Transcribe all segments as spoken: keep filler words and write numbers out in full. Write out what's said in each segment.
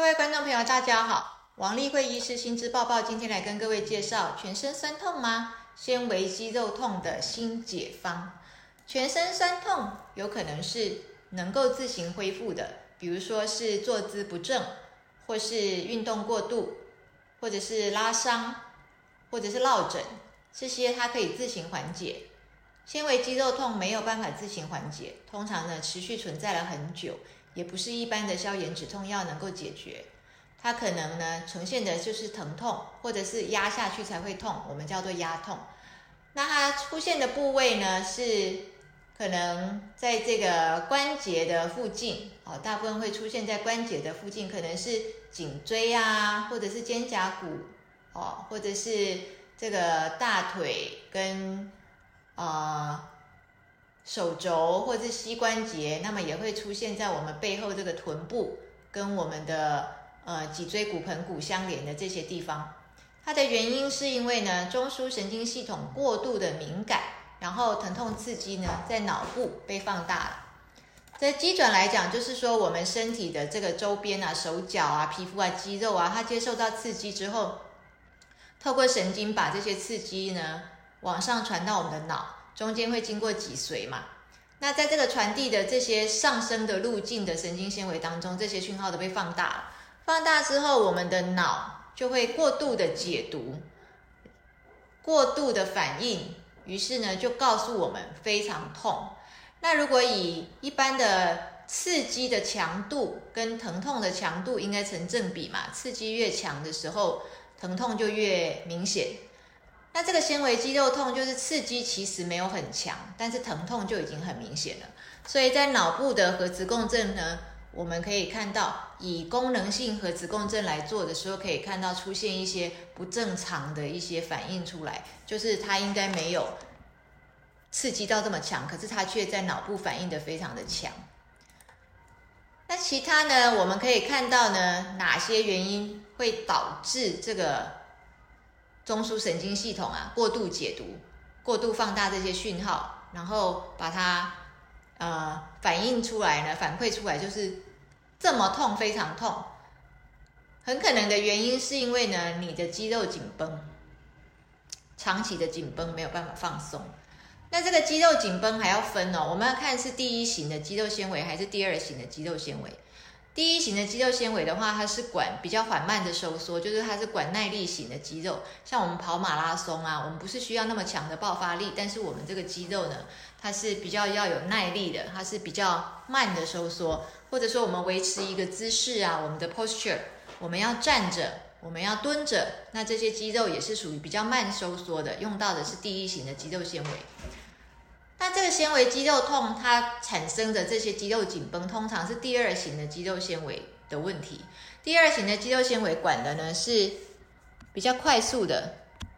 位观众朋友，大家好，王丽慧医师新知报报，今天来跟各位介绍全身酸痛吗？纤维肌肉痛的新解方。全身酸痛有可能是能够自行恢复的，比如说是坐姿不正，或是运动过度，或者是拉伤，或者是落枕，这些它可以自行缓解。纤维肌肉痛没有办法自行缓解，通常呢持续存在了很久，也不是一般的消炎止痛药能够解决。它可能呢呈现的就是疼痛，或者是压下去才会痛，我们叫做压痛。那它出现的部位呢是可能在这个关节的附近，哦，大部分会出现在关节的附近，可能是颈椎啊，或者是肩胛骨，哦，或者是这个大腿跟呃手肘或者是膝关节，那么也会出现在我们背后这个臀部跟我们的呃脊椎骨盆骨相连的这些地方。它的原因是因为呢中枢神经系统过度的敏感，然后疼痛刺激呢在脑部被放大了。在机转来讲，就是说我们身体的这个周边啊，手脚啊、皮肤啊、肌肉啊，它接受到刺激之后，透过神经把这些刺激呢往上传到我们的脑，中间会经过脊髓嘛。那在这个传递的这些上升的路径的神经纤维当中，这些讯号都被放大了。放大之后，我们的脑就会过度的解读，过度的反应，于是呢就告诉我们非常痛。那如果以一般的刺激的强度跟疼痛的强度应该成正比嘛，刺激越强的时候，疼痛就越明显。那这个纤维肌肉痛就是刺激其实没有很强，但是疼痛就已经很明显了。所以在脑部的核磁共振呢，我们可以看到以功能性核磁共振来做的时候，可以看到出现一些不正常的一些反应出来，就是它应该没有刺激到这么强，可是它却在脑部反应的非常的强。那其他呢，我们可以看到呢，哪些原因会导致这个中枢神经系统啊过度解读、过度放大这些讯号，然后把它呃反映出来呢，反馈出来就是这么痛，非常痛。很可能的原因是因为呢，你的肌肉紧绷，长期的紧绷没有办法放松。那这个肌肉紧绷还要分哦，我们要看是第一型的肌肉纤维还是第二型的肌肉纤维。第一型的肌肉纤维的话，它是管比较缓慢的收缩，就是它是管耐力型的肌肉。像我们跑马拉松啊，我们不是需要那么强的爆发力，但是我们这个肌肉呢，它是比较要有耐力的，它是比较慢的收缩。或者说我们维持一个姿势啊，我们的 posture， 我们要站着，我们要蹲着，那这些肌肉也是属于比较慢收缩的，用到的是第一型的肌肉纤维。那这个纤维肌肉痛它产生的这些肌肉紧绷，通常是第二型的肌肉纤维的问题。第二型的肌肉纤维管的呢是比较快速的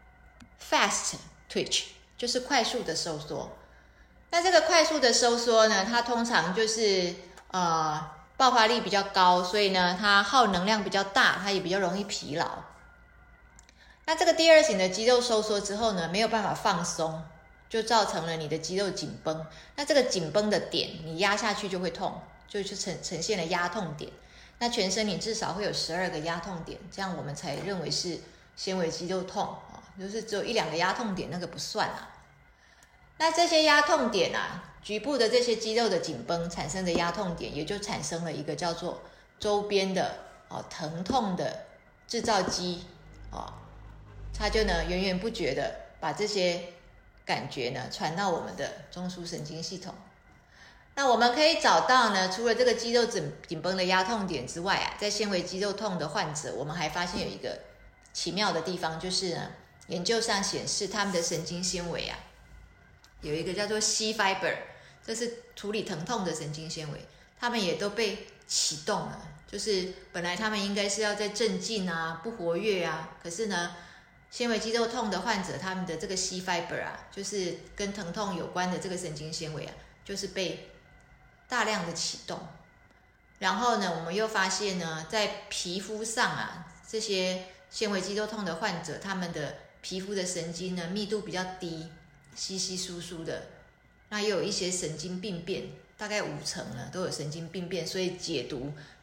fast twitch， 就是快速的收缩。那这个快速的收缩呢，它通常就是呃爆发力比较高，所以呢它耗能量比较大，它也比较容易疲劳。那这个第二型的肌肉收缩之后呢，没有办法放松，就造成了你的肌肉紧绷。那这个紧绷的点，你压下去就会痛，就就呈呈现了压痛点。那全身你至少会有十二个压痛点，这样我们才认为是纤维肌肉痛啊，就是只有一两个压痛点那个不算啊。那这些压痛点啊，局部的这些肌肉的紧绷产生的压痛点，也就产生了一个叫做周边的哦疼痛的制造机哦，它就呢源源不绝的把这些感觉呢传到我们的中枢神经系统。那我们可以找到呢，除了这个肌肉紧紧绷的压痛点之外啊，在纤维肌肉痛的患者，我们还发现有一个奇妙的地方，就是呢，研究上显示他们的神经纤维啊，有一个叫做 C fiber， 这是处理疼痛的神经纤维，他们也都被启动了。就是本来他们应该是要在镇静啊、不活跃啊，可是呢，纤维肌肉痛的患者，他们的这个 C fiber 啊，就是跟疼痛有关的这个神经纤维啊，就是被大量的启动。然后呢，我们又发现呢，在皮肤上啊，这些纤维肌肉痛的患者，他们的皮肤的神经呢密度比较低，稀稀疏疏的。那又有一些神经病变，大概五成呢都有神经病变，所以解读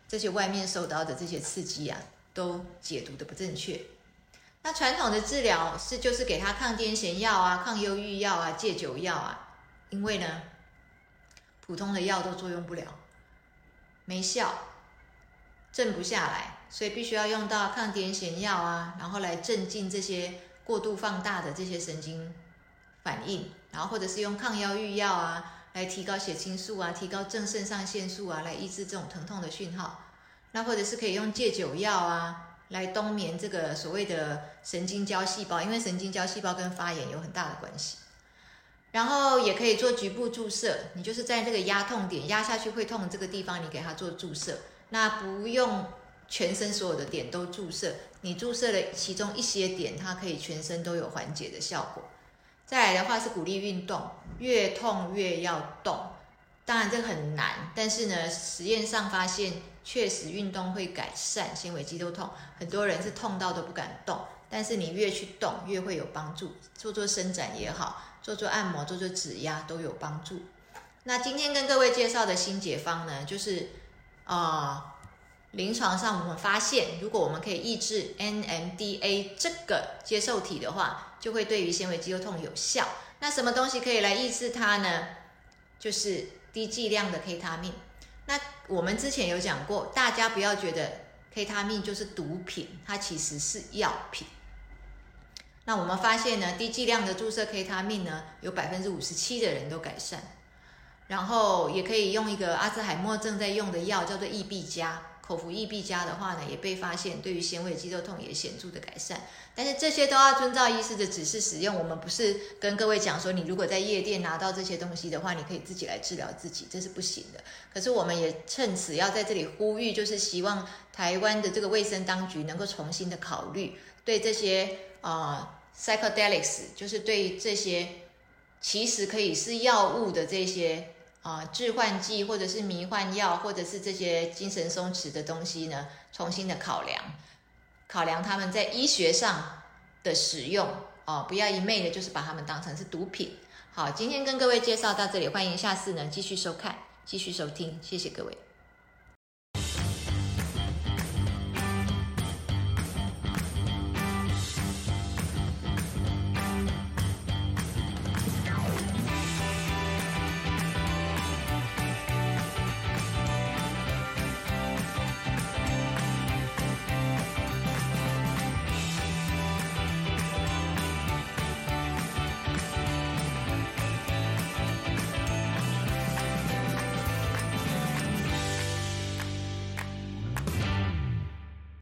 这些外面受到的这些刺激啊，都解读的不正确。那传统的治疗是就是给他抗癫痫药啊、抗忧郁药啊、戒酒药啊，因为呢，普通的药都作用不了，没效，镇不下来，所以必须要用到抗癫痫药啊，然后来镇静这些过度放大的这些神经反应，然后或者是用抗忧郁药啊，来提高血清素啊，提高正肾上腺素啊，来抑制这种疼痛的讯号。那或者是可以用戒酒药啊，来冬眠这个所谓的神经胶细胞，因为神经胶细胞跟发炎有很大的关系。然后也可以做局部注射，你就是在这个压痛点压下去会痛的这个地方，你给它做注射。那不用全身所有的点都注射，你注射了其中一些点，它可以全身都有缓解的效果。再来的话是鼓励运动，越痛越要动。当然这个很难，但是呢，实验上发现确实运动会改善纤维肌肉痛。很多人是痛到都不敢动，但是你越去动越会有帮助，做做伸展也好，做做按摩，做做指压都有帮助。那今天跟各位介绍的新解方呢，就是呃，临床上我们发现，如果我们可以抑制 N M D A 这个接受体的话，就会对于纤维肌肉痛有效。那什么东西可以来抑制它呢？就是低剂量的 K 他命。那我们之前有讲过，大家不要觉得 K 他命就是毒品，它其实是药品。那我们发现呢，低剂量的注射 K 他命呢，有 百分之五十七 的人都改善。然后也可以用一个阿兹海默症在用的药，叫做益必佳。口服益必佳的话呢，也被发现对于纤维肌肉痛也显著的改善。但是这些都要遵照医师的指示使用。我们不是跟各位讲说，你如果在夜店拿到这些东西的话，你可以自己来治疗自己，这是不行的。可是我们也趁此要在这里呼吁，就是希望台湾的这个卫生当局能够重新的考虑，对这些呃 psychedelics， 就是对这些其实可以是药物的这些啊、呃，致幻剂或者是迷幻药，或者是这些精神松弛的东西呢，重新的考量，考量他们在医学上的使用哦，不要一昧的就是把他们当成是毒品。好，今天跟各位介绍到这里，欢迎下次呢继续收看，继续收听，谢谢各位。